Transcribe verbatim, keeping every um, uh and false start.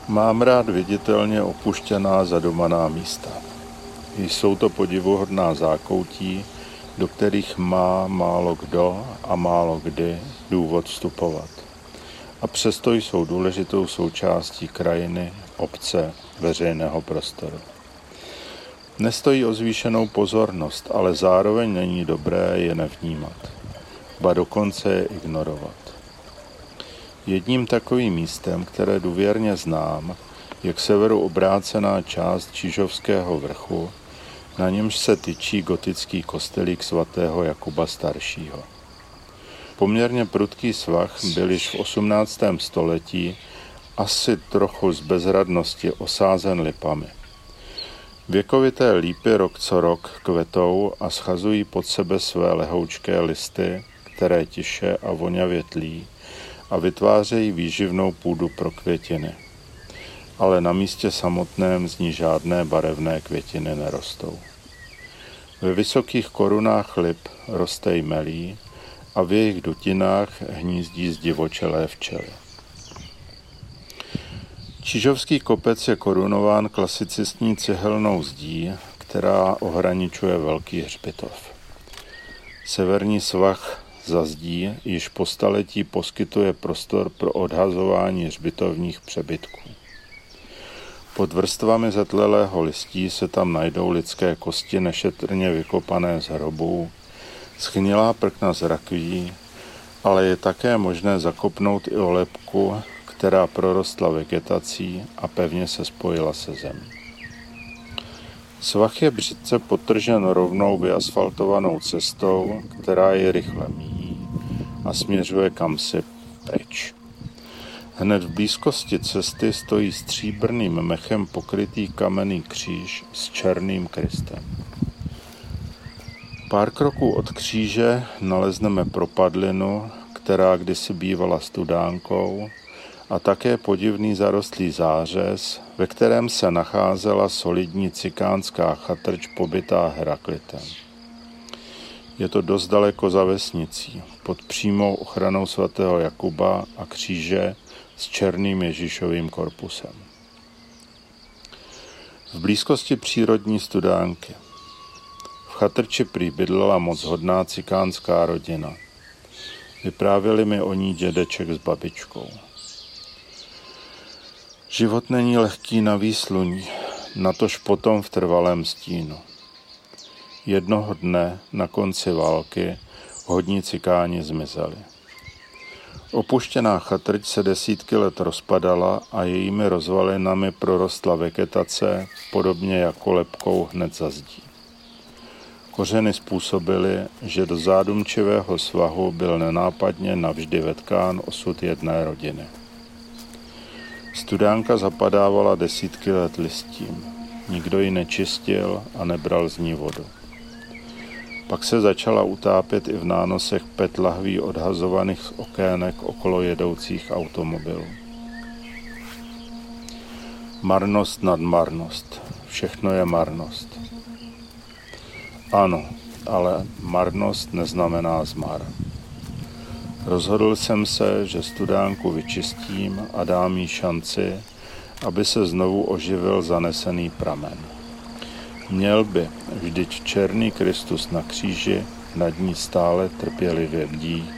Mám rád viditelně opuštěná zadomaná místa. Jsou to podivuhodná zákoutí, do kterých má málo kdo a málo kdy důvod vstupovat. A přesto jsou důležitou součástí krajiny, obce, veřejného prostoru. Nestojí o zvýšenou pozornost, ale zároveň není dobré je nevnímat, ba dokonce je ignorovat. Jedním takovým místem, které důvěrně znám, je k severu obrácená část Čižovského vrchu, na němž se tyčí gotický kostelík svatého Jakuba Staršího. Poměrně prudký svah byl již v osmnáctém století asi trochu z bezradnosti osázen lipami. Věkovité lípy rok co rok kvetou a schazují pod sebe své lehoučké listy, které tiše a vonavě tlí a vytvářejí výživnou půdu pro květiny. Ale na místě samotném z ní žádné barevné květiny nerostou. Ve vysokých korunách lip roste jmelí a v jejich dutinách hnízdí zdivočelé včely. Čižovský kopec je korunován klasicistní cihelnou zdí, která ohraničuje velký hřbitov. Severní svah za zdí již po staletí poskytuje prostor pro odhazování hřbitovních přebytků. Pod vrstvami zetlelého listí se tam najdou lidské kosti nešetrně vykopané z hrobů, schnilá prkna z rakví, ale je také možné zakopnout i olebku, která prorostla vegetací a pevně se spojila se zemí. Svah je břitce podtržen rovnou vyasfaltovanou cestou, která je rychle míjí a směřuje kamsi pryč. Hned v blízkosti cesty stojí stříbrným mechem pokrytý kamenný kříž s černým Kristem. Pár kroků od kříže nalezneme propadlinu, která kdysi bývala studánkou, a také podivný zarostlý zářez, ve kterém se nacházela solidní cikánská chatrč pobytá Heraklitem. Je to dost daleko za vesnicí, pod přímou ochranou svatého Jakuba a kříže s černým Ježíšovým korpusem. V blízkosti přírodní studánky. V chatrči prý bydlela moc hodná cikánská rodina. Vyprávěli mi o ní dědeček s babičkou. Život není lehký na výsluní, natož potom v trvalém stínu. Jednoho dne na konci války hodní cikáni zmizeli. Opuštěná chatrč se desítky let rozpadala a jejími rozvalinami prorostla vegetace, podobně jako lebkou hned za zdí. Kořeny způsobily, že do zádumčivého svahu byl nenápadně navždy vetkán osud jedné rodiny. Studánka zapadávala desítky let listím. Nikdo ji nečistil a nebral z ní vodu. Pak se začala utápět i v nánosech pet lahví odhazovaných z okének okolo jedoucích automobilů. Marnost nad marnost. Všechno je marnost. Ano, ale marnost neznamená zmar. Rozhodl jsem se, že studánku vyčistím a dám jí šanci, aby se znovu oživil zanesený pramen. Měl by, vždyť černý Kristus na kříži nad ní stále trpělivě bdí